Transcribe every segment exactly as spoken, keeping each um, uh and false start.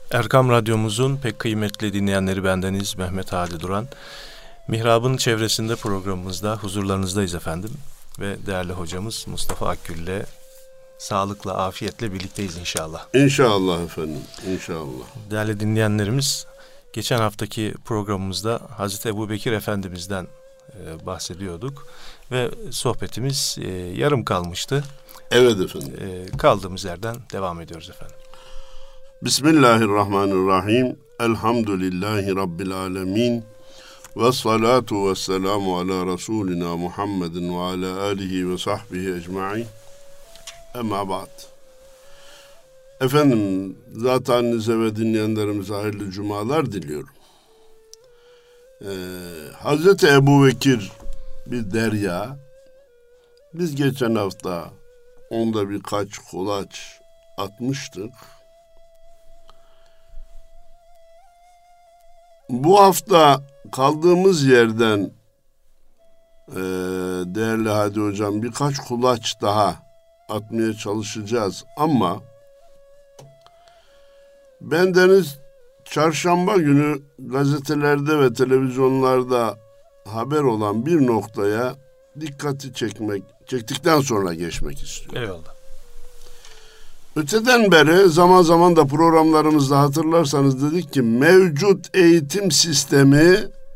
Erkam Radyomuzun pek kıymetli dinleyenleri bendeniz Mehmet Hadi Duran. Mihrab'ın çevresinde programımızda huzurlarınızdayız efendim. Ve değerli hocamız Mustafa Akgül ile sağlıkla, afiyetle birlikteyiz inşallah. İnşallah efendim, inşallah. Değerli dinleyenlerimiz, geçen haftaki programımızda Hazreti Ebubekir Efendimiz'den e, bahsediyorduk. Ve sohbetimiz e, yarım kalmıştı. Evet efendim. E, kaldığımız yerden devam ediyoruz efendim. Bismillahirrahmanirrahim. Elhamdülillahi Rabbil alemin. Ve salatu ve selamu ala Resulina Muhammedin ve ala alihi ve sahbihi ecma'in. Ama ba'd. Efendim, zat-ı ve dinleyenlerimize hayırlı cumalar diliyorum. Ee, Hazreti Ebubekir bir derya. Biz geçen hafta onda birkaç kolaç atmıştık. Bu hafta kaldığımız yerden e, değerli Hadi Hocam birkaç kulaç daha atmaya çalışacağız ama bendeniz çarşamba günü gazetelerde ve televizyonlarda haber olan bir noktaya dikkati çekmek çektikten sonra geçmek istiyorum. Eyvallah. Öteden beri zaman zaman da programlarımızda hatırlarsanız dedik ki mevcut eğitim sistemi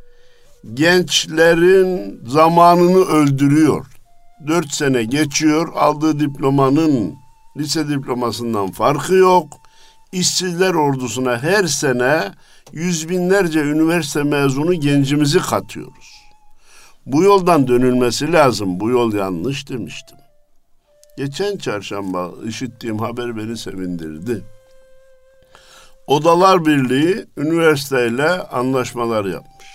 gençlerin zamanını öldürüyor. Dört sene geçiyor, aldığı diplomanın lise diplomasından farkı yok. İşsizler ordusuna her sene yüz binlerce üniversite mezunu gencimizi katıyoruz. Bu yoldan dönülmesi lazım, bu yol yanlış demiştim. Geçen çarşamba işittiğim haber beni sevindirdi. Odalar Birliği üniversiteyle anlaşmalar yapmış.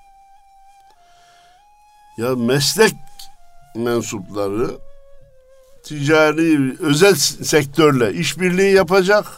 Ya meslek mensupları ticari, özel sektörle işbirliği yapacak.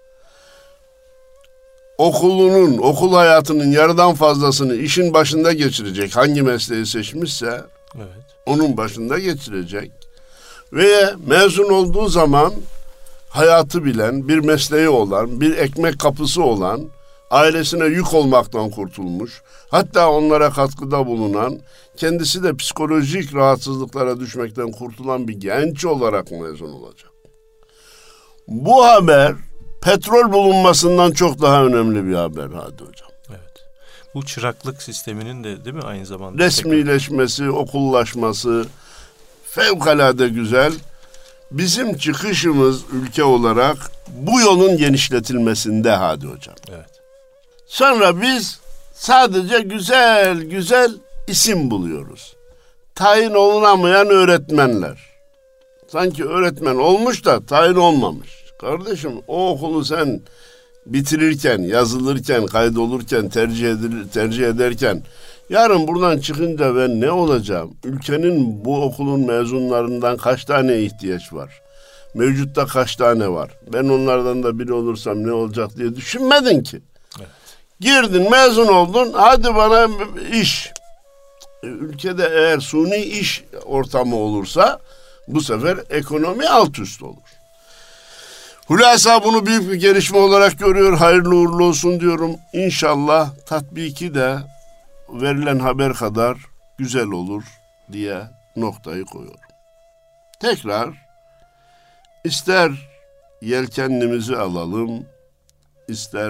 Okulunun, okul hayatının yarıdan fazlasını işin başında geçirecek. Hangi mesleği seçmişse evet, onun başında geçirecek. Ve mezun olduğu zaman hayatı bilen, bir mesleği olan, bir ekmek kapısı olan, ailesine yük olmaktan kurtulmuş, hatta onlara katkıda bulunan, kendisi de psikolojik rahatsızlıklara düşmekten kurtulan bir genç olarak mezun olacak. Bu haber petrol bulunmasından çok daha önemli bir haber Hadi Hocam. Evet. Bu çıraklık sisteminin de değil mi aynı zamanda? Resmileşmesi, okullaşması fevkalade güzel. Bizim çıkışımız ülke olarak bu yolun genişletilmesinde Hadi Hocam. Evet. Sonra biz sadece güzel güzel isim buluyoruz. Tayin olunamayan öğretmenler. Sanki öğretmen olmuş da tayin olmamış. Kardeşim, o okulu sen bitirirken, yazılırken, kaydolurken, tercih, edilir, tercih ederken yarın buradan çıkınca ben ne olacağım? Ülkenin bu okulun mezunlarından kaç tane ihtiyaç var? Mevcutta kaç tane var? Ben onlardan da biri olursam ne olacak diye düşünmedin ki. Evet. Girdin, mezun oldun, hadi bana iş. Ülkede eğer suni iş ortamı olursa bu sefer ekonomi alt üst olur. Hulasa bunu büyük bir gelişme olarak görüyor. Hayırlı uğurlu olsun diyorum. İnşallah tatbiki de verilen haber kadar güzel olur diye noktayı koyuyorum. Tekrar ister yelkenlimizi alalım, ister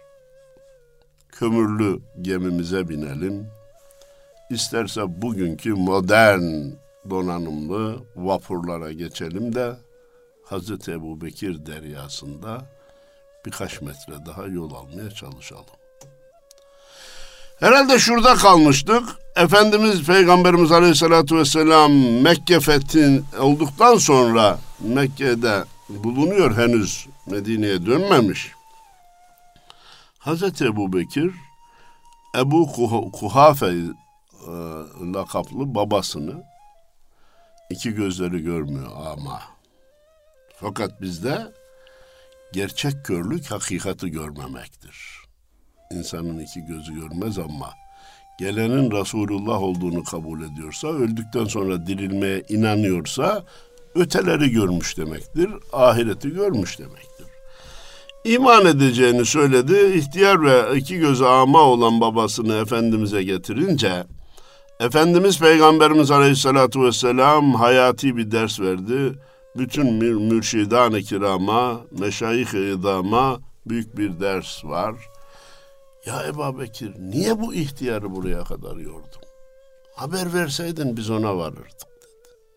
kömürlü gemimize binelim, isterse bugünkü modern donanımlı vapurlara geçelim de Hazreti Ebubekir deryasında birkaç metre daha yol almaya çalışalım. Herhalde şurada kalmıştık. Efendimiz Peygamberimiz Aleyhisselatü Vesselam Mekke fethi olduktan sonra Mekke'de bulunuyor, henüz Medine'ye dönmemiş. Hazreti Ebubekir Ebu Kuhafe e, lakaplı babasını, iki gözleri görmüyor ama. Fakat bizde gerçek körlük hakikati görmemektir. İnsanın iki gözü görmez ama gelenin Resulullah olduğunu kabul ediyorsa, öldükten sonra dirilmeye inanıyorsa öteleri görmüş demektir, ahireti görmüş demektir. iman edeceğini söyledi. İhtiyar ve iki gözü ama olan babasını Efendimiz'e getirince Efendimiz Peygamberimiz Aleyhisselatü Vesselam hayati bir ders verdi. Bütün mürşidan-ı kirama, meşayih-i idama büyük bir ders var. Ya Ebu Bekir, niye bu ihtiyarı buraya kadar yordun? Haber verseydin biz ona varırdık dedi.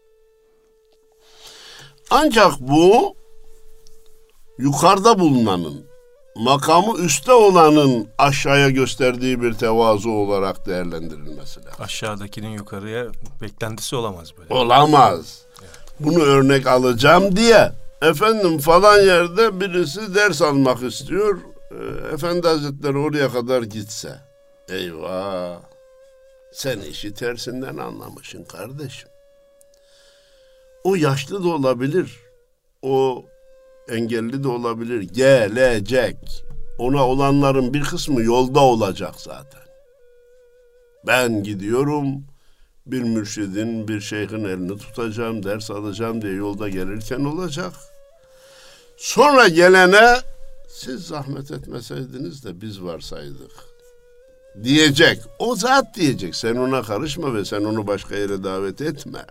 Ancak bu yukarıda bulunanın, makamı üstte olanın aşağıya gösterdiği bir tevazu olarak değerlendirilmesi lazım. Aşağıdakinin yukarıya beklentisi olamaz böyle. Olamaz. Evet. Bunu örnek alacağım diye efendim falan yerde birisi ders almak istiyor. Efendi Hazretleri oraya kadar gitse. Eyvah. Sen işi tersinden anlamışsın kardeşim. O yaşlı da olabilir. O engelli de olabilir. Gelecek. Ona olanların bir kısmı yolda olacak zaten. Ben gidiyorum, bir mürşidin, bir şeyhin elini tutacağım, ders alacağım diye yolda gelirken olacak. Sonra gelene siz zahmet etmeseydiniz de biz varsaydık diyecek. O zat diyecek. Sen ona karışma ve sen onu başka yere davet etme.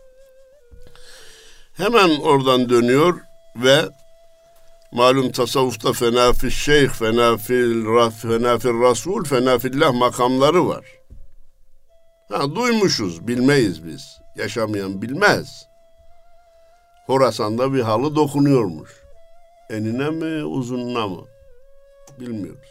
Hemen oradan dönüyor ve malum tasavvufta fena fil şeyh, fena fil, fena fil rasul, fena fillah makamları var. Ha, duymuşuz, bilmeyiz biz. Yaşamayan bilmez. Horasan'da bir halı dokunuyormuş. Enine mi, uzununa mı? Bilmiyoruz.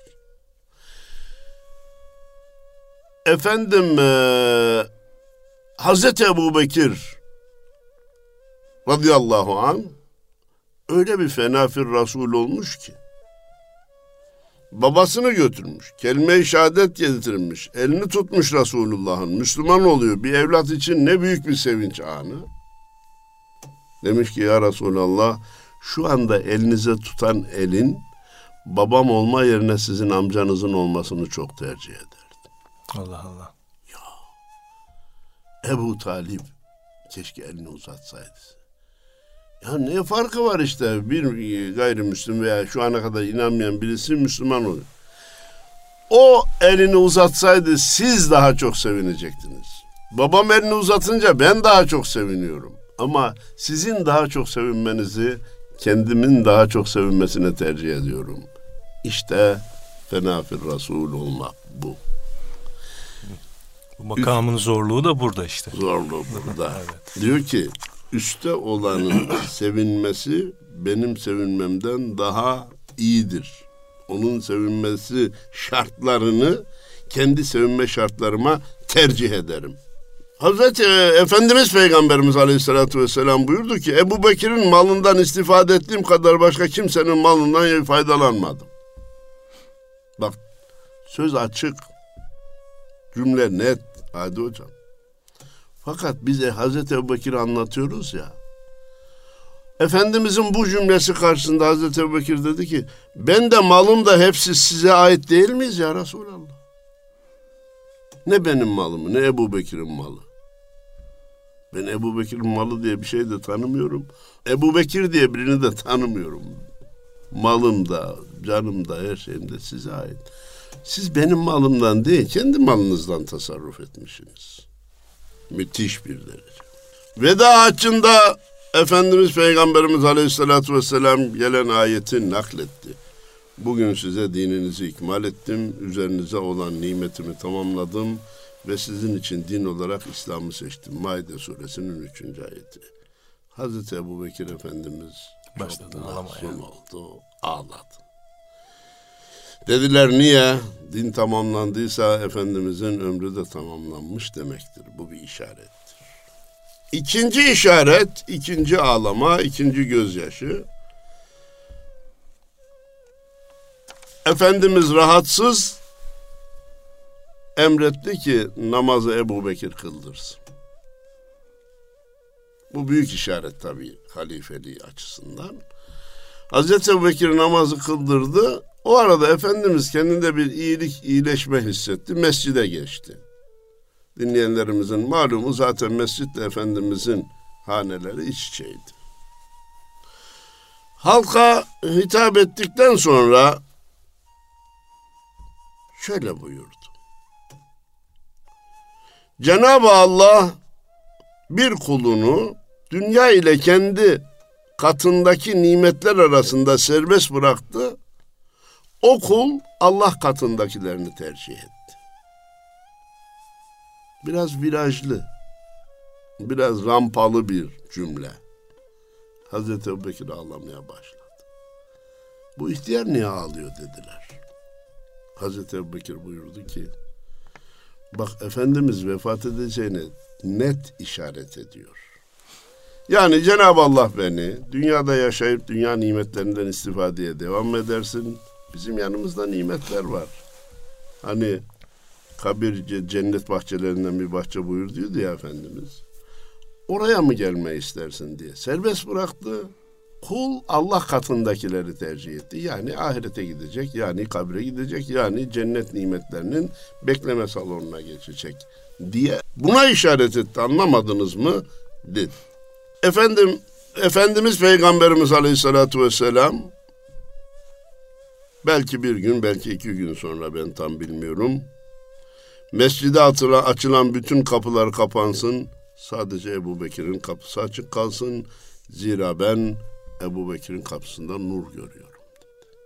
Efendim, e, Hazreti Ebu Bekir radıyallahu anh öyle bir fenafir Resul olmuş ki babasını götürmüş, kelime-i şehadet getirmiş, elini tutmuş Resulullah'ın, Müslüman oluyor. Bir evlat için ne büyük bir sevinç anı. Demiş ki ya Resulallah, şu anda elinize tutan elin babam olma yerine sizin amcanızın olmasını çok tercih ederdim. Allah Allah. Ya Ebu Talib keşke elini uzatsaydı. Ya ne farkı var işte, bir gayrimüslim veya şu ana kadar inanmayan birisi Müslüman oluyor. O elini uzatsaydı siz daha çok sevinecektiniz. Babam elini uzatınca ben daha çok seviniyorum. Ama sizin daha çok sevinmenizi kendimin daha çok sevinmesine tercih ediyorum. İşte fenafir Resul olmak bu. Bu makamın zorluğu da burada işte. Zorluğu burada. Evet. Diyor ki üstte olanın sevinmesi benim sevinmemden daha iyidir. Onun sevinmesi şartlarını kendi sevinme şartlarıma tercih ederim. Hazreti Efendimiz Peygamberimiz Aleyhisselatü Vesselam buyurdu ki Ebu Bekir'in malından istifade ettiğim kadar başka kimsenin malından faydalanmadım. Bak, söz açık, cümle net. Hadi hocam. Fakat bize Hazreti Ebu Bekir'i anlatıyoruz ya. Efendimizin bu cümlesi karşısında Hazreti Ebu Bekir dedi ki ben de malım da hepsi size ait değil miyiz ya Resulallah? Ne benim malım, ne Ebu Bekir'in malı. Ben Ebu Bekir'in malı diye bir şey de tanımıyorum. Ebu Bekir diye birini de tanımıyorum. Malım da, canım da, her şeyim de size ait. Siz benim malımdan değil, kendi malınızdan tasarruf etmişsiniz. Müthiş bir derece. Veda haccında Efendimiz Peygamberimiz Aleyhisselatü Vesselam gelen ayeti nakletti. Bugün size dininizi ikmal ettim, üzerinize olan nimetimi tamamladım ve sizin için din olarak İslam'ı seçtim. Maide suresinin üçüncü ayeti. Hazreti Ebu Bekir Efendimiz başladı ağlamaya. Oldu, ağladı. Dediler niye? Din tamamlandıysa Efendimizin ömrü de tamamlanmış demektir. Bu bir işarettir. İkinci işaret, ikinci ağlama, ikinci gözyaşı. Efendimiz rahatsız emretti ki namazı Ebu Bekir kıldırsın. Bu büyük işaret tabii halifeliği açısından. Hazreti Ebu Bekir namazı kıldırdı. O arada Efendimiz kendinde bir iyilik, iyileşme hissetti. Mescide geçti. Dinleyenlerimizin malumu zaten mescitle Efendimizin haneleri iç içeydi. halka hitap ettikten sonra şöyle buyurdu. Cenab-ı Allah bir kulunu dünya ile kendi katındaki nimetler arasında serbest bıraktı. O kul Allah katındakilerini tercih etti. Biraz virajlı, biraz rampalı bir cümle. Hazreti Ebubekir ağlamaya başladı. Bu ihtiyar niye ağlıyor dediler. Hazreti Ebubekir buyurdu ki, bak Efendimiz vefat edeceğine net işaret ediyor. Yani Cenab-ı Allah beni dünyada yaşayıp dünya nimetlerinden istifadeye devam edersin. Bizim yanımızda nimetler var. Hani kabir cennet bahçelerinden bir bahçe buyurdu ya Efendimiz. Oraya mı gelmeyi istersin diye serbest bıraktı. Kul Allah katındakileri tercih etti. Yani ahirete gidecek, yani kabre gidecek, yani cennet nimetlerinin bekleme salonuna geçecek diye buna işaret etti. Anlamadınız mı? Dedi. Efendim, Efendimiz Peygamberimiz Aleyhisselatü Vesselam belki bir gün, belki iki gün sonra, ben tam bilmiyorum, mescide atılan, açılan bütün kapılar kapansın, sadece Ebubekir'in kapısı açık kalsın, zira ben Ebubekir'in kapısında nur görüyorum dedi.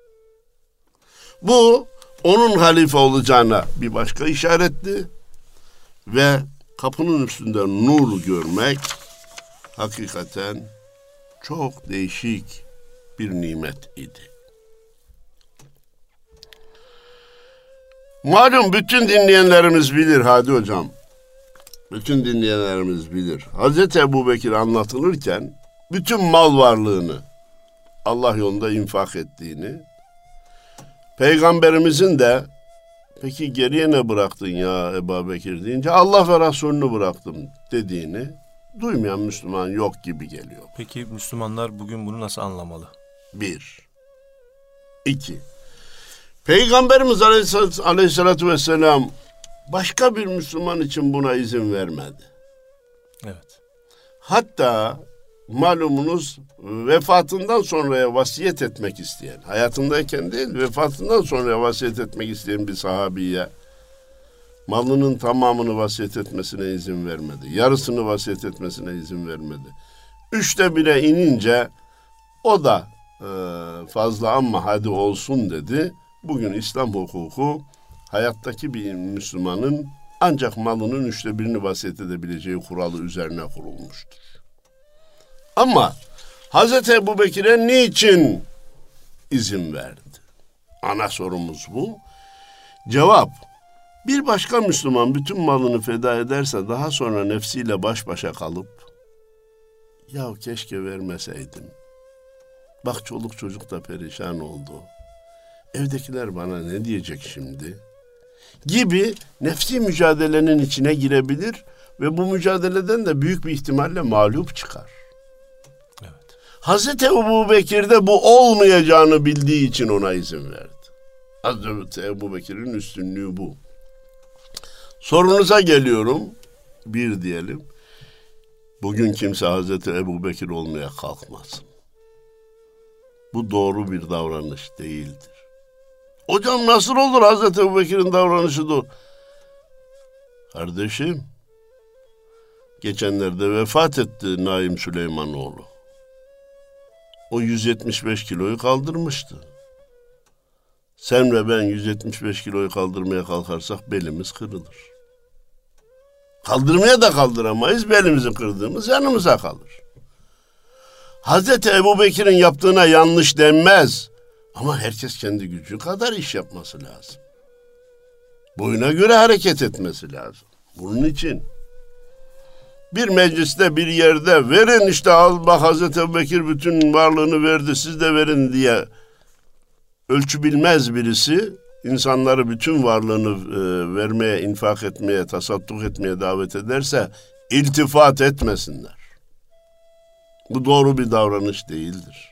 Bu onun halife olacağına bir başka işaretti ve kapının üstünde nur görmek hakikaten çok değişik bir nimet idi. Malum bütün dinleyenlerimiz bilir Hadi Hocam. Bütün dinleyenlerimiz bilir. Hazreti Ebubekir anlatılırken bütün mal varlığını Allah yolunda infak ettiğini, Peygamberimizin de peki geriye ne bıraktın ya Ebubekir deyince Allah ve Resulünü bıraktım dediğini duymayan Müslüman yok gibi geliyor. Peki Müslümanlar bugün bunu nasıl anlamalı? Bir. İki. Peygamberimiz Aleyhisselatü Vesselam başka bir Müslüman için buna izin vermedi. Evet. Hatta malumunuz vefatından sonraya vasiyet etmek isteyen, hayatındayken değil vefatından sonra vasiyet etmek isteyen bir sahabiye malının tamamını vasiyet etmesine izin vermedi. Yarısını vasiyet etmesine izin vermedi. Üçte bire inince o da e, fazla ama hadi olsun dedi. Bugün İslam hukuku hayattaki bir Müslümanın ancak malının üçte birini vasiyet edebileceği kuralı üzerine kurulmuştur. Ama Hazreti Ebubekir'e niçin izin verdi? Ana sorumuz bu. Cevap, bir başka Müslüman bütün malını feda ederse daha sonra nefsiyle baş başa kalıp ya keşke vermeseydim. Bak çoluk çocuk da perişan oldu. Evdekiler bana ne diyecek şimdi? Gibi nefsi mücadelenin içine girebilir ve bu mücadeleden de büyük bir ihtimalle mağlup çıkar. Evet. Hazreti Ebubekir'de bu olmayacağını bildiği için ona izin verdi. Hazreti Ebubekir'in üstünlüğü bu. Sorunuza geliyorum. Bir diyelim. Bugün kimse Hazreti Ebubekir olmaya kalkmasın. Bu doğru bir davranış değildir. Hocam nasıl olur Hazreti Ebubekir'in davranışı da? Kardeşim, geçenlerde vefat etti Naim Süleymanoğlu. O yüz yetmiş beş kiloyu kaldırmıştı. Sen ve ben yüz yetmiş beş kiloyu kaldırmaya kalkarsak belimiz kırılır. Kaldırmaya da kaldıramayız, belimizi kırdığımız yanımıza kalır. Hazreti Ebubekir'in yaptığına yanlış denmez. Ama herkes kendi gücü kadar iş yapması lazım. Boyuna göre hareket etmesi lazım. Bunun için bir mecliste bir yerde verin işte al bak Hazreti Ebubekir bütün varlığını verdi siz de verin diye ölçü bilmez birisi insanları bütün varlığını e, vermeye, infak etmeye, tasadduk etmeye davet ederse iltifat etmesinler. Bu doğru bir davranış değildir.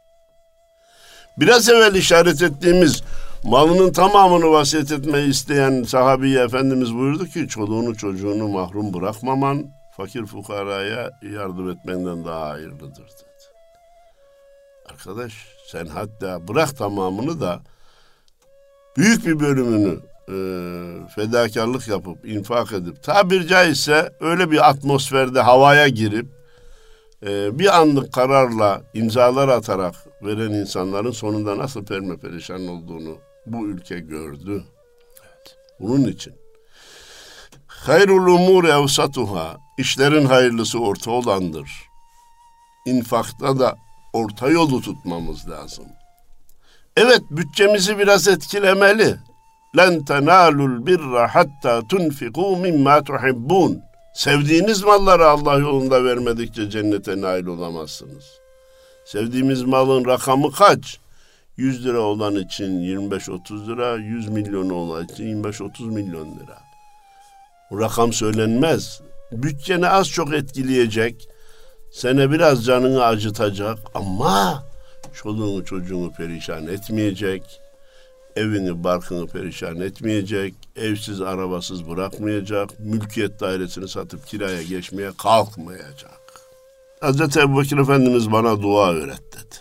Biraz evvel işaret ettiğimiz malının tamamını vasiyet etmeyi isteyen sahabiye Efendimiz buyurdu ki çoluğunu çocuğunu mahrum bırakmaman fakir fukaraya yardım etmenden daha hayırlıdır dedi. arkadaş sen hatta bırak tamamını da büyük bir bölümünü e, fedakarlık yapıp, infak edip, tabiri caizse öyle bir atmosferde havaya girip, e, bir anlık kararla imzalar atarak veren insanların sonunda nasıl permaperişan olduğunu bu ülke gördü. Evet. Bunun için hayrul umur evsatuhâ, işlerin hayırlısı orta olandır. İnfakta da orta yolu tutmamız lazım. Evet, bütçemizi biraz etkilemeli. Len tenalul birra hatta tunfiku mimma tuhibbun. Sevdiğiniz malları Allah yolunda vermedikçe cennete nail olamazsınız. Sevdiğimiz malın rakamı kaç? yüz lira olan için yirmi beş otuz lira, yüz milyon olan için yirmi beş otuz milyon lira. Bu rakam söylenmez. Bütçeni az çok etkileyecek, sene biraz canını acıtacak ama çoluğunu çocuğunu perişan etmeyecek, evini barkını perişan etmeyecek, evsiz arabasız bırakmayacak, mülkiyet dairesini satıp kiraya geçmeye kalkmayacak. Hazreti Ebubekir Efendimiz bana dua öğret dedi.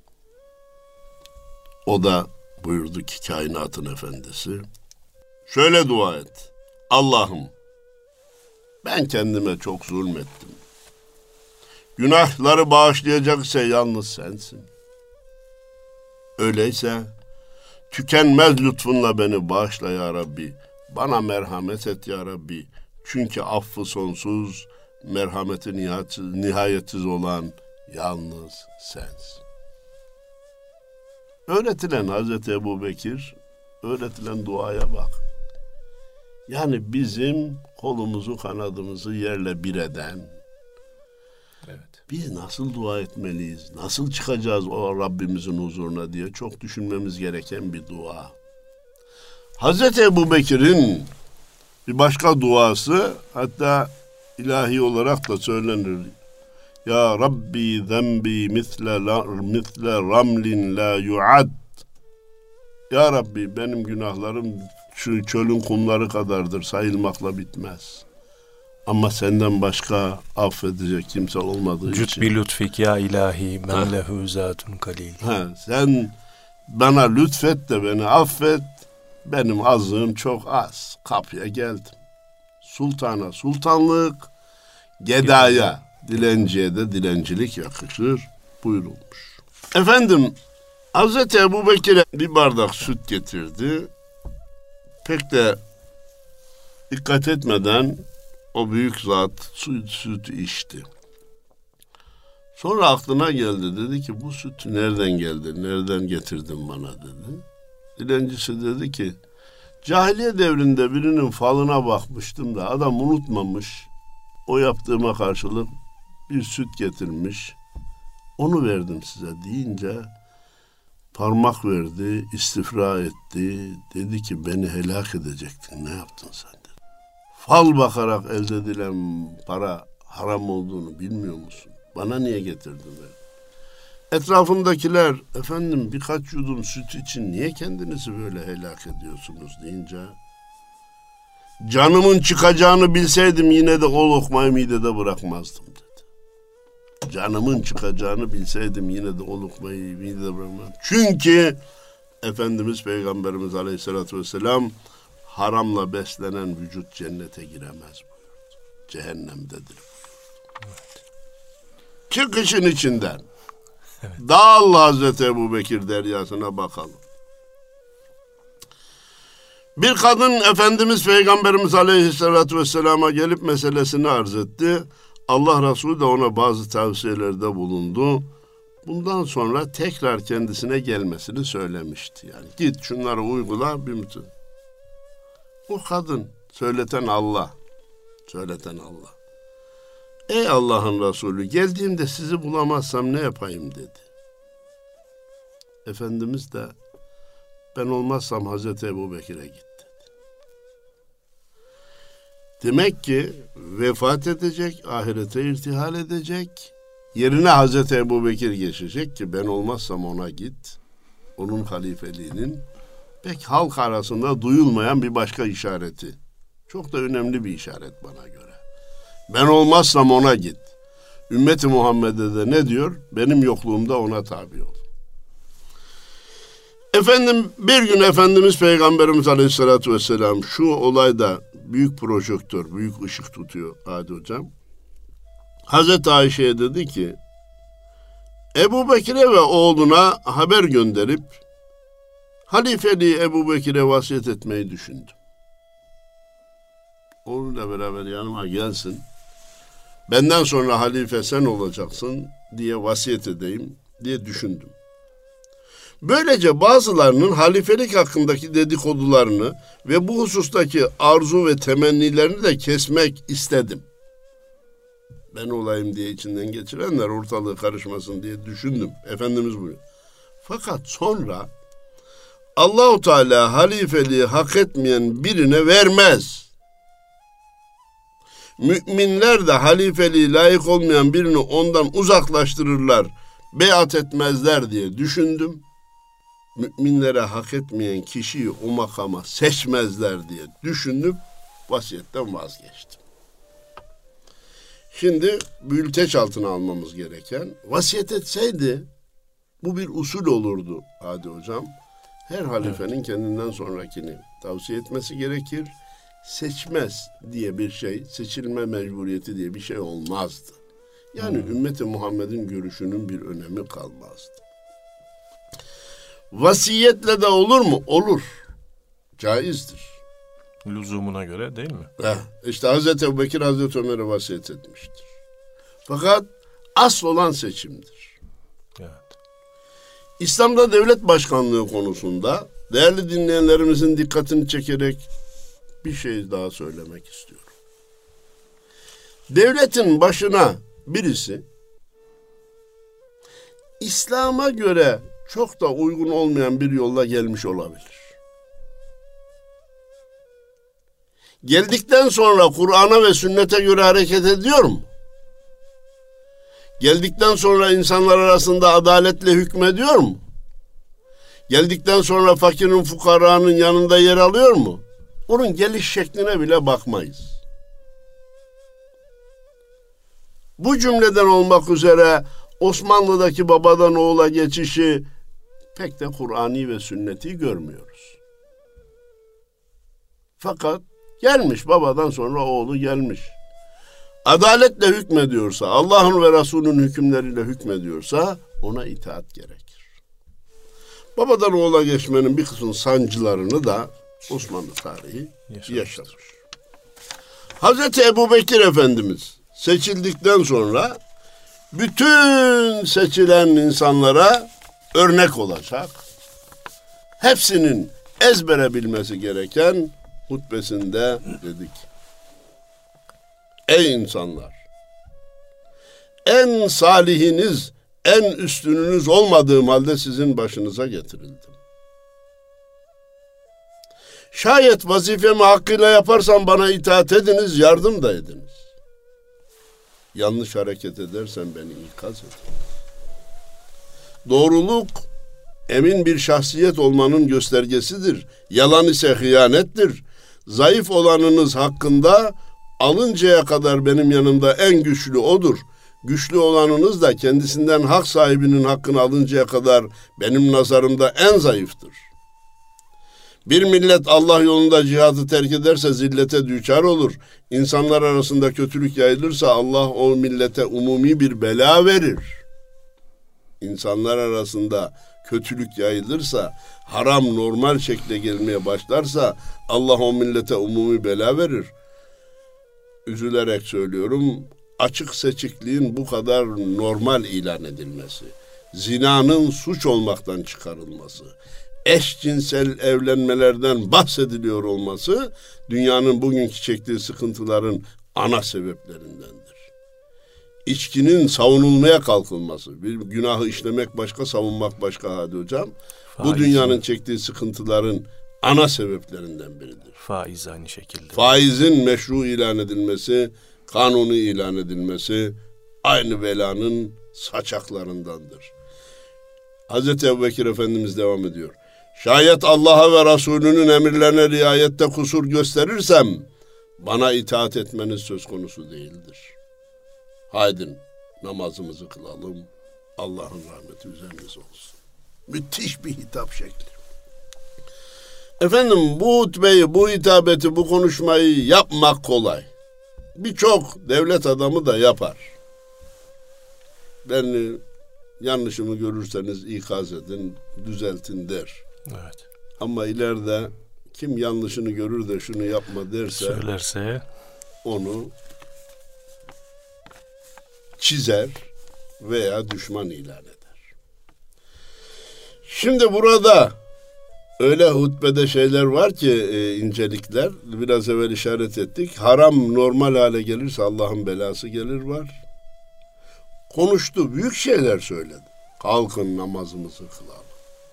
O da buyurdu ki kainatın efendisi, şöyle dua et: Allah'ım, ben kendime çok zulmettim. Günahları bağışlayacak ise yalnız sensin. Öyleyse tükenmez lütfunla beni bağışla ya Rabbi. Bana merhamet et ya Rabbi. Çünkü affı sonsuz, merhameti nihayetsiz, nihayetsiz olan yalnız sensin. Öğretilen Hazreti Ebubekir, öğretilen duaya bak. Yani bizim kolumuzu kanadımızı yerle bir eden, evet, biz nasıl dua etmeliyiz, nasıl çıkacağız o Rabbimizin huzuruna diye çok düşünmemiz gereken bir dua. Hazreti Ebubekir'in bir başka duası, hatta ilahi olarak da söylenir. Ya Rabbi zembi misle, misle ramlin la yuad. Ya Rabbi, benim günahlarım şu çölün kumları kadardır, sayılmakla bitmez. Ama senden başka affedecek kimse olmadığı Cüt için. bi lütfik ya ilahi men lehu zatun kalil. Ha, sen bana lütfet de beni affet. Benim azlığım çok az. Kapıya geldim. Sultana sultanlık, gedaya, dilenciye de dilencilik yakışır buyurulmuş. Efendim, Hazreti Ebubekir'e bir bardak süt getirdi. Pek de dikkat etmeden o büyük zat süt, süt içti. Sonra aklına geldi, dedi ki bu süt nereden geldi, nereden getirdin bana dedi. Dilencisi dedi ki, cahiliye devrinde birinin falına bakmıştım da adam unutmamış, o yaptığıma karşılık bir süt getirmiş, onu verdim size deyince parmak verdi, istifra etti, dedi ki beni helak edecektin, ne yaptın sen dedi. Fal bakarak elde edilen para haram olduğunu bilmiyor musun? Bana niye getirdin dedi. Etrafındakiler, efendim birkaç yudum süt için niye kendinizi böyle helak ediyorsunuz deyince, canımın çıkacağını bilseydim yine de o lokmayı midede bırakmazdım dedi. Canımın çıkacağını bilseydim yine de o lokmayı midede bırakmazdım. Çünkü Efendimiz Peygamberimiz Aleyhisselatü Vesselam haramla beslenen vücut cennete giremez buyurdu. Cehennemdedir buyurdu. Evet. Çık işin içinden. Evet. Dağıl Hazreti Ebubekir deryasına bakalım. Bir kadın Efendimiz Peygamberimiz Aleyhisselatü Vesselam'a gelip meselesini arz etti. Allah Resulü de ona bazı tavsiyelerde bulundu. Bundan sonra tekrar kendisine gelmesini söylemişti. Yani git şunları uygula bir müddet. O kadın, söyleten Allah, söyleten Allah. Ey Allah'ın Resulü, geldiğimde sizi bulamazsam ne yapayım dedi. Efendimiz de ben olmazsam Hazreti Ebubekir'e git dedi. Demek ki vefat edecek, ahirete irtihal edecek, yerine Hazreti Ebubekir geçecek ki ben olmazsam ona git. Onun halifeliğinin pek halk arasında duyulmayan bir başka işareti. Çok da önemli bir işaret bana göre. Ben olmazsam ona git. Ümmeti Muhammed'e de ne diyor? Benim yokluğumda ona tabi ol. Efendim bir gün Efendimiz Peygamberimiz Aleyhisselatü Vesselam şu olayda büyük projektör, büyük ışık tutuyor Hadi Hocam. Hazreti Ayşe'ye dedi ki, Ebu Bekir'e ve oğluna haber gönderip halifeliği Ebu Bekir'e vasiyet etmeyi düşündüm. Oğluyla beraber yanıma gelsin, benden sonra halife sen olacaksın diye vasiyet edeyim diye düşündüm. Böylece bazılarının halifelik hakkındaki dedikodularını ve bu husustaki arzu ve temennilerini de kesmek istedim. Ben olayım diye içinden geçirenler ortalığı karışmasın diye düşündüm. Efendimiz buyuruyor. Fakat sonra Allahu Teala halifeliği hak etmeyen birine vermez. Müminler de halifeliği layık olmayan birini ondan uzaklaştırırlar, beyat etmezler diye düşündüm. Müminlere hak etmeyen kişiyi o makama seçmezler diye düşünüp vasiyetten vazgeçtim. Şimdi bülteç altına almamız gereken, vasiyet etseydi bu bir usul olurdu Hadi Hocam. Her halifenin evet. kendinden sonrakini tavsiye etmesi gerekir. Seçmez diye bir şey, seçilme mecburiyeti diye bir şey olmazdı. Yani hmm. ümmeti Muhammed'in görüşünün bir önemi kalmazdı. Vasiyetle de olur mu? Olur. Caizdir. Lüzumuna göre değil mi? Heh, işte Hazreti Ebubekir Hazreti Ömer'e vasiyet etmiştir. Fakat asıl olan seçimdir. Evet. İslam'da devlet başkanlığı konusunda değerli dinleyenlerimizin dikkatini çekerek bir şey daha söylemek istiyorum. Devletin başına birisi İslam'a göre çok da uygun olmayan bir yolla gelmiş olabilir. Geldikten sonra Kur'an'a ve sünnete göre hareket ediyor mu? Geldikten sonra insanlar arasında adaletle hükmediyor mu? Geldikten sonra fakirin, fukaranın yanında yer alıyor mu? Onun geliş şekline bile bakmayız. Bu cümleden olmak üzere Osmanlı'daki babadan oğula geçişi pek de Kur'ani ve sünneti görmüyoruz. Fakat gelmiş, babadan sonra oğlu gelmiş. Adaletle hükmediyorsa, Allah'ın ve Resulünün hükümleriyle hükmediyorsa ona itaat gerekir. Babadan oğula geçmenin bir kısım sancılarını da Osmanlı tarihi yaşamış. Hazreti Ebubekir Efendimiz seçildikten sonra bütün seçilen insanlara örnek olacak, hepsinin ezbere bilmesi gereken hutbesinde dedik. Ey insanlar! En salihiniz, en üstününüz olmadığım halde sizin başınıza getirildim. Şayet vazifemi hakkıyla yaparsam bana itaat ediniz, yardım da ediniz. Yanlış hareket edersen beni ikaz edin. Doğruluk, emin bir şahsiyet olmanın göstergesidir. Yalan ise hıyanettir. Zayıf olanınız hakkında alıncaya kadar benim yanımda en güçlü odur. Güçlü olanınız da kendisinden hak sahibinin hakkını alıncaya kadar benim nazarımda en zayıftır. Bir millet Allah yolunda cihadı terk ederse zillete düçar olur. İnsanlar arasında kötülük yayılırsa Allah o millete umumi bir bela verir. İnsanlar arasında kötülük yayılırsa, haram normal şekle gelmeye başlarsa Allah o millete umumi bela verir. Üzülerek söylüyorum, açık seçikliğin bu kadar normal ilan edilmesi, zinanın suç olmaktan çıkarılması, eşcinsel evlenmelerden bahsediliyor olması dünyanın bugünkü çektiği sıkıntıların ana sebeplerindendir. İçkinin savunulmaya kalkılması, bir günahı işlemek başka, savunmak başka Hadi Hocam. Faiz. Bu dünyanın çektiği sıkıntıların ana sebeplerinden biridir. Faiz aynı şekilde. Faizin meşru ilan edilmesi, kanuni ilan edilmesi aynı belanın saçaklarındandır. Hazreti Ebubekir Efendimiz devam ediyor. Şayet Allah'a ve Resulünün emirlerine riayette kusur gösterirsem bana itaat etmeniz söz konusu değildir. Haydin namazımızı kılalım. Allah'ın rahmeti üzerinize olsun. Müthiş bir hitap şekli. Efendim bu hutbeyi, bu hitabeti, bu konuşmayı yapmak kolay. Birçok devlet adamı da yapar. Beni yanlışımı görürseniz ikaz edin, düzeltin der. Evet. Ama ileride kim yanlışını görür de şunu yapma derse, söylerse onu çizer veya düşman ilan eder. Şimdi burada öyle hutbede şeyler var ki e, incelikler, biraz evvel işaret ettik. Haram normal hale gelirse Allah'ın belası gelir var. Konuştu, büyük şeyler söyledi. Kalkın namazımızı kılalım.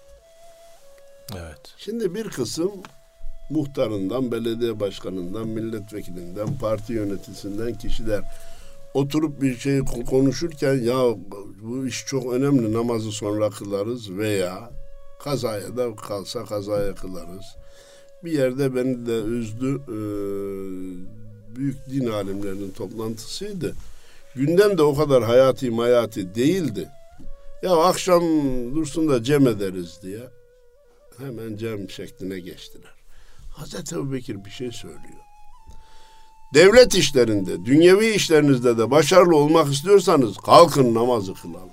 Evet. Şimdi bir kısım muhtarından, belediye başkanından, milletvekilinden, parti yöneticisinden kişiler oturup bir şey konuşurken ya bu iş çok önemli, namazı sonra kılarız veya kazaya da kalsa kazaya kılarız. Bir yerde beni de üzdü. Ee, büyük din alimlerinin toplantısıydı. Gündem de o kadar hayati mayati değildi. Ya akşam dursun da cem ederiz diye hemen cem şekline geçtiler. Hazreti Ebubekir bir şey söylüyor. Devlet işlerinde, dünyevi işlerinizde de başarılı olmak istiyorsanız kalkın namazı kılalım.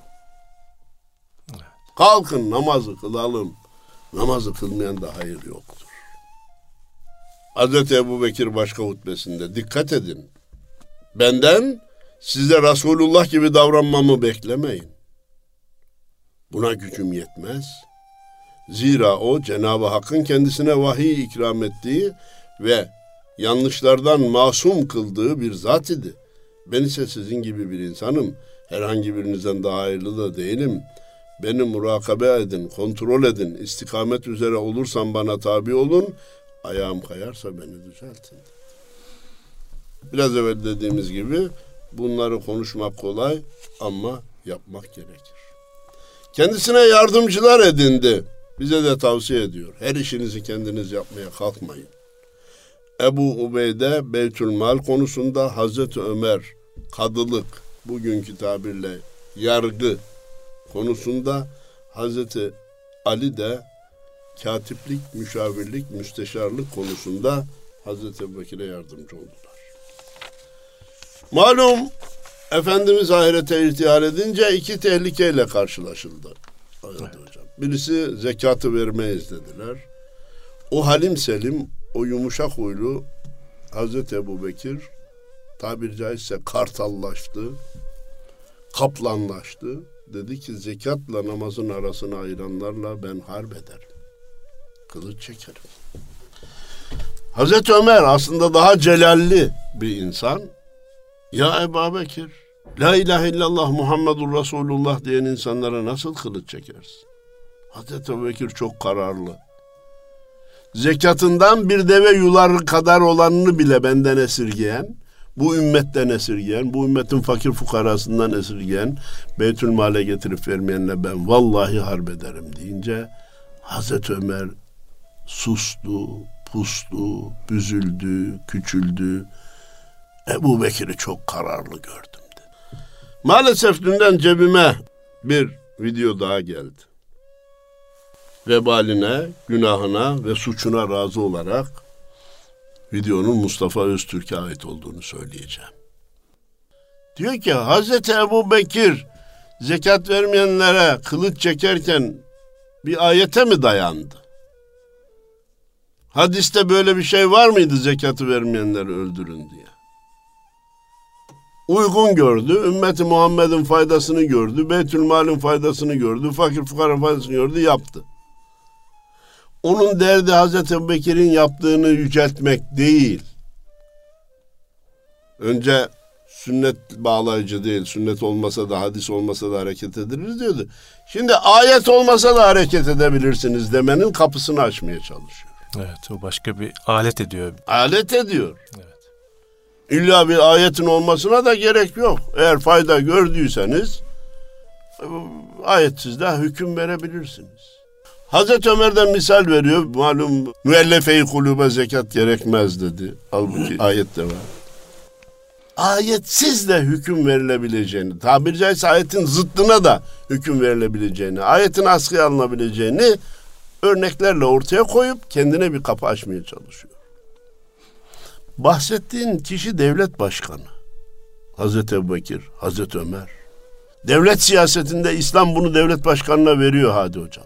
Kalkın namazı kılalım. Namazı kılmayan da hayır yoktur. Hazreti Ebubekir başka hutbesinde dikkat edin. Benden size Resulullah gibi davranmamı beklemeyin. Buna gücüm yetmez. Zira o Cenab-ı Hakk'ın kendisine vahiy ikram ettiği ve yanlışlardan masum kıldığı bir zat idi. Ben ise sizin gibi bir insanım. Herhangi birinizden daha hayırlı da değilim. Beni murakabe edin, kontrol edin. İstikamet üzere olursam bana tabi olun. Ayağım kayarsa beni düzeltin. Biraz evvel dediğimiz gibi bunları konuşmak kolay ama yapmak gerekir. Kendisine yardımcılar edindi. Bize de tavsiye ediyor. Her işinizi kendiniz yapmaya kalkmayın. Ebu Ubeyde Beytülmal konusunda, Hazreti Ömer kadılık, bugünkü tabirle yargı konusunda, Hazreti Ali de katiplik, müşavirlik, müsteşarlık konusunda Hazreti Ebubekir'e yardımcı oldular. Malum Efendimiz ahirete irtihal edince iki tehlikeyle karşılaşıldı. Evet hocam. Birisi zekatı vermeyiz dediler. O halim selim, o yumuşak huylu Hazreti Ebubekir tabiri caizse kartallaştı, kaplanlaştı. Dedi ki zekatla namazın arasını ayıranlarla ben harp ederim. Kılıç çekerim. Hazreti Ömer aslında daha celalli bir insan. Ya Ebubekir, la ilahe illallah Muhammedur Resulullah diyen insanlara nasıl kılıç çekersin? Hazreti Ebubekir çok kararlı. Zekatından bir deve yuları kadar olanını bile benden esirgeyen, bu ümmetten esirgeyen, bu ümmetin fakir fukarasından esirgeyen, Beytülmal'e getirip vermeyenle ben vallahi harp ederim deyince Hazreti Ömer sustu, pustu, büzüldü, küçüldü. Ebubekir'i çok kararlı gördüm dedi. Maalesef dünden cebime bir video daha geldi. Vebaline, günahına ve suçuna razı olarak videonun Mustafa Öztürk'e ait olduğunu söyleyeceğim. Diyor ki Hazreti Ebubekir zekat vermeyenlere kılıç çekerken bir ayete mi dayandı? Hadiste böyle bir şey var mıydı zekatı vermeyenleri öldürün diye? Uygun gördü, ümmeti Muhammed'in faydasını gördü, Beytülmal'in faydasını gördü, fakir fukara faydasını gördü, yaptı. Onun derdi Hazreti Ebubekir'in yaptığını yüceltmek değil. Önce sünnet bağlayıcı değil, sünnet olmasa da hadis olmasa da hareket ediliriz diyordu. Şimdi ayet olmasa da hareket edebilirsiniz demenin kapısını açmaya çalışıyor. Evet, o başka bir alet ediyor. Alet ediyor. Evet. İlla bir ayetin olmasına da gerek yok. Eğer fayda gördüyseniz ayetsiz de hüküm verebilirsiniz. Hazreti Ömer'den misal veriyor. Malum müellefe-i kulübe zekat gerekmez dedi. Halbuki ayette var. Ayetsiz de hüküm verilebileceğini, tabiri caizse ayetin zıttına da hüküm verilebileceğini, ayetin askıya alınabileceğini örneklerle ortaya koyup kendine bir kapı açmaya çalışıyor. Bahsettiğin kişi devlet başkanı. Hazreti Ebubekir, Hazreti Ömer. Devlet siyasetinde İslam bunu devlet başkanına veriyor Hadi Hocam.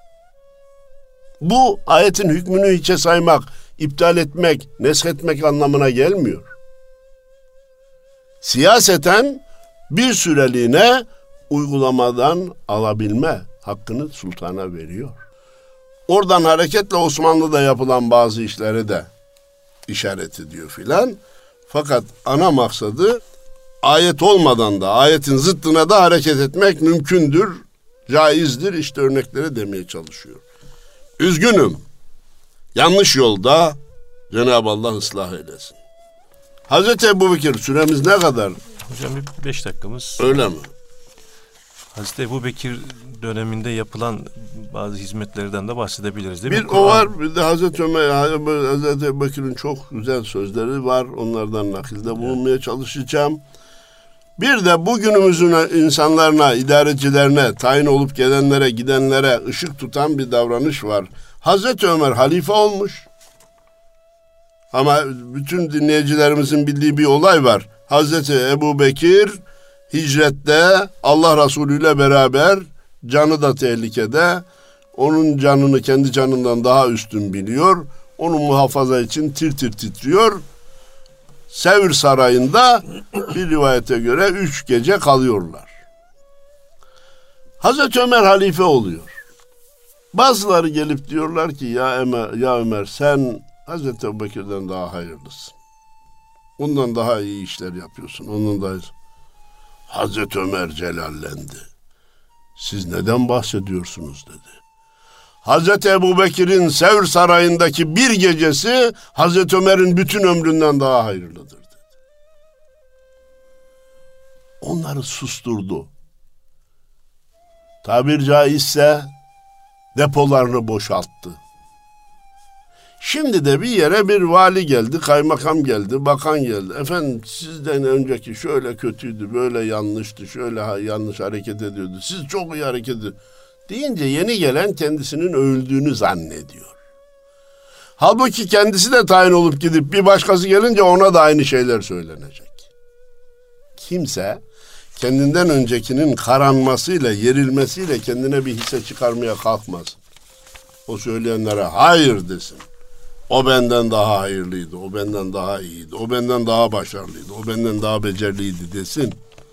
Bu ayetin hükmünü hiçe saymak, iptal etmek, neshetmek anlamına gelmiyor. Siyaseten bir süreliğine uygulamadan alabilme hakkını sultana veriyor. Oradan hareketle Osmanlı'da yapılan bazı işleri de işaret ediyor filan. Fakat ana maksadı ayet olmadan da ayetin zıttına da hareket etmek mümkündür, caizdir. İşte örnekleri demeye çalışıyor. Üzgünüm. Yanlış yolda, Cenab-ı Allah ıslah eylesin. Hazreti Ebubekir, süremiz ne kadar? Hocam bir beş dakikamız. Öyle mi? Hazreti Ebubekir döneminde yapılan bazı hizmetlerden de bahsedebiliriz değil bir mi? Bir o var, bir de Hazreti Ömer, Hazreti Ebubekir'in çok güzel sözleri var. Onlardan nakilde bulunmaya çalışacağım. Bir de bugünümüzün insanlarına, idarecilerine, tayin olup gelenlere, gidenlere ışık tutan bir davranış var. Hazreti Ömer halife olmuş. Ama bütün dinleyicilerimizin bildiği bir olay var. Hazreti Ebubekir hicrette Allah Resulü ile beraber, canı da tehlikede. Onun canını kendi canından daha üstün biliyor. Onu muhafaza için tir tir titriyor. Sevr Sarayı'nda bir rivayete göre üç gece kalıyorlar. Hazreti Ömer halife oluyor. Bazıları gelip diyorlar ki ya Ömer, ya Ömer sen Hazreti Ebubekir'den daha hayırlısın. Ondan daha iyi işler yapıyorsun. Ondan daha iyi. Hazreti Ömer celallendi. Siz neden bahsediyorsunuz dedi. Hazreti Ebubekir'in Sevr Sarayı'ndaki bir gecesi Hazreti Ömer'in bütün ömründen daha hayırlıdır dedi. Onları susturdu. Tabir caizse depolarını boşalttı. Şimdi de bir yere bir vali geldi, kaymakam geldi, bakan geldi. Efendim sizden önceki şöyle kötüydü, böyle yanlıştı, şöyle yanlış hareket ediyordu. Siz çok iyi hareket ediyorsunuz. Deyince yeni gelen kendisinin övüldüğünü zannediyor. Halbuki kendisi de tayin olup gidip bir başkası gelince ona da aynı şeyler söylenecek. Kimse kendinden öncekinin karanmasıyla, yerilmesiyle kendine bir hisse çıkarmaya kalkmasın. O söyleyenlere hayır desin. O benden daha hayırlıydı, o benden daha iyiydi, o benden daha başarılıydı, o benden daha beceriliydi desin.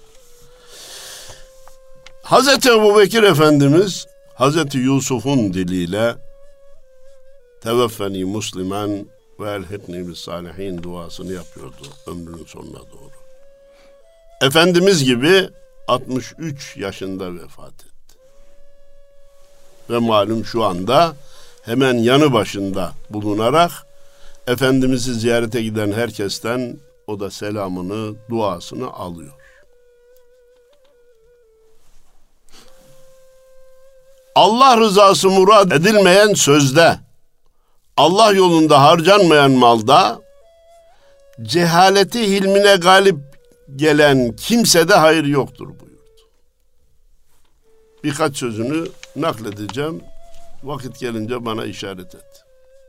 Hazreti Ebubekir Efendimiz Hazreti Yusuf'un diliyle teveffeni muslimen ve elhikni bis salihin duasını yapıyordu ömrünün sonuna doğru. Efendimiz gibi altmış üç yaşında vefat etti. Ve malum şu anda hemen yanı başında bulunarak Efendimiz'i ziyarete giden herkesten o da selamını, duasını alıyor. Allah rızası murad edilmeyen sözde, Allah yolunda harcanmayan malda, cehaleti hilmine galip gelen kimsede hayır yoktur buyurdu. Birkaç sözünü nakledeceğim. Vakit gelince bana işaret et.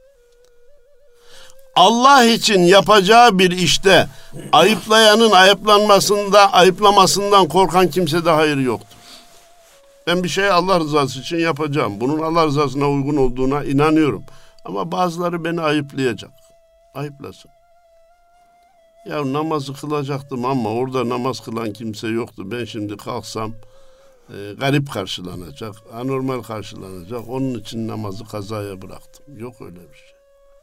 Allah için yapacağı bir işte ayıplayanın ayıplanmasında, ayıplamasından korkan kimsede hayır yoktur. Ben bir şey Allah rızası için yapacağım. Bunun Allah rızasına uygun olduğuna inanıyorum. Ama bazıları beni ayıplayacak. Ayıplasın. Ya namazı kılacaktım ama orada namaz kılan kimse yoktu. Ben şimdi kalksam e, garip karşılanacak, anormal karşılanacak. Onun için namazı kazaya bıraktım. Yok öyle bir şey.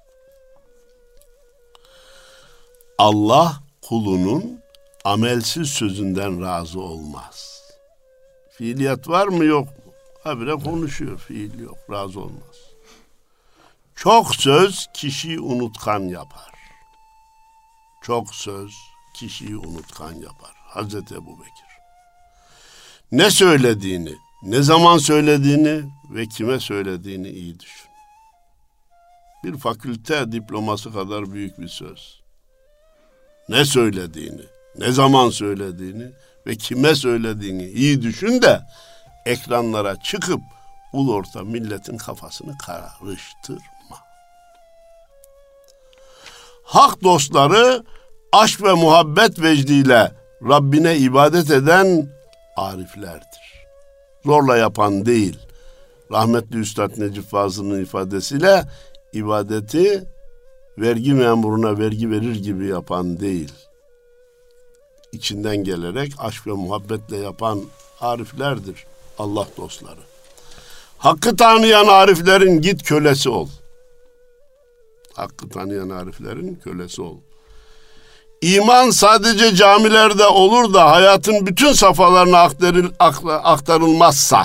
Allah kulunun amelsiz sözünden razı olmaz. Fiiliyat var mı yok mu? Habire konuşuyor, fiil yok, razı olmaz. Çok söz kişiyi unutkan yapar. Çok söz kişiyi unutkan yapar. Hazreti Ebubekir. Ne söylediğini, ne zaman söylediğini ve kime söylediğini iyi düşün. Bir fakülte diploması kadar büyük bir söz. Ne söylediğini, ne zaman söylediğini ve kime söylediğini iyi düşün de ekranlara çıkıp ulu orta milletin kafasını karıştırma. Hak dostları aşk ve muhabbet vecdiyle Rabbine ibadet eden ariflerdir. Zorla yapan değil. Rahmetli Üstad Necip Fazıl'ın ifadesiyle ibadeti vergi memuruna vergi verir gibi yapan değil. İçinden gelerek aşk ve muhabbetle yapan ariflerdir Allah dostları. Hakkı tanıyan ariflerin git kölesi ol. Hakkı tanıyan ariflerin kölesi ol. İman sadece camilerde olur da hayatın bütün safhalarına aktarılmazsa,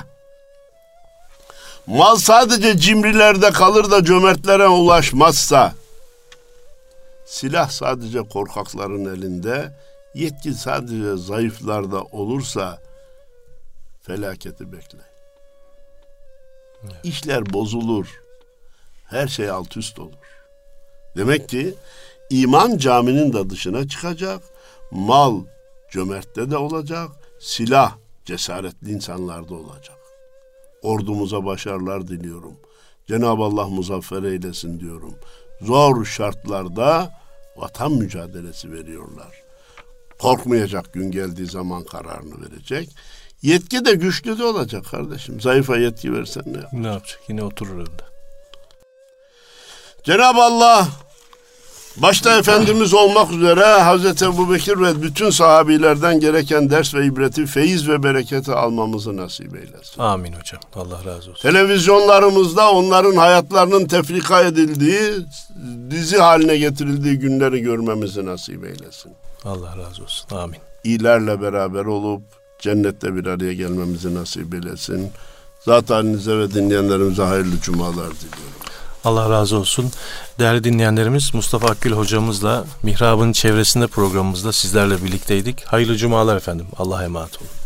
mal sadece cimrilerde kalır da cömertlere ulaşmazsa, silah sadece korkakların elinde, yetki sadece zayıflarda olursa felaketi bekle. Evet. İşler bozulur. Her şey alt üst olur. Demek ki iman caminin de dışına çıkacak, mal cömertte de olacak, silah cesaretli insanlarda olacak. Ordumuza başarılar diliyorum. Cenab-ı Allah muzaffer eylesin diyorum. Zor şartlarda vatan mücadelesi veriyorlar. Korkmayacak, gün geldiği zaman kararını verecek. Yetki de güçlü de olacak kardeşim. Zayıfa yetki versen ne yapacak? Ne yapacak? Yine oturur önünde. Cenab-ı Allah başta Efendimiz olmak üzere Hazreti Ebubekir ve bütün sahabilerden gereken ders ve ibreti, feyiz ve bereketi almamızı nasip eylesin. Amin hocam. Allah razı olsun. Televizyonlarımızda onların hayatlarının tefrika edildiği, dizi haline getirildiği günleri görmemizi nasip eylesin. Allah razı olsun. Amin. İyilerle beraber olup cennette bir araya gelmemizi nasip eylesin. Zat halinize ve dinleyenlerimize hayırlı cumalar diliyorum. Allah razı olsun. Değerli dinleyenlerimiz, Mustafa Akgül hocamızla Mihrab'ın çevresinde programımızda sizlerle birlikteydik. Hayırlı cumalar efendim. Allah'a emanet olun.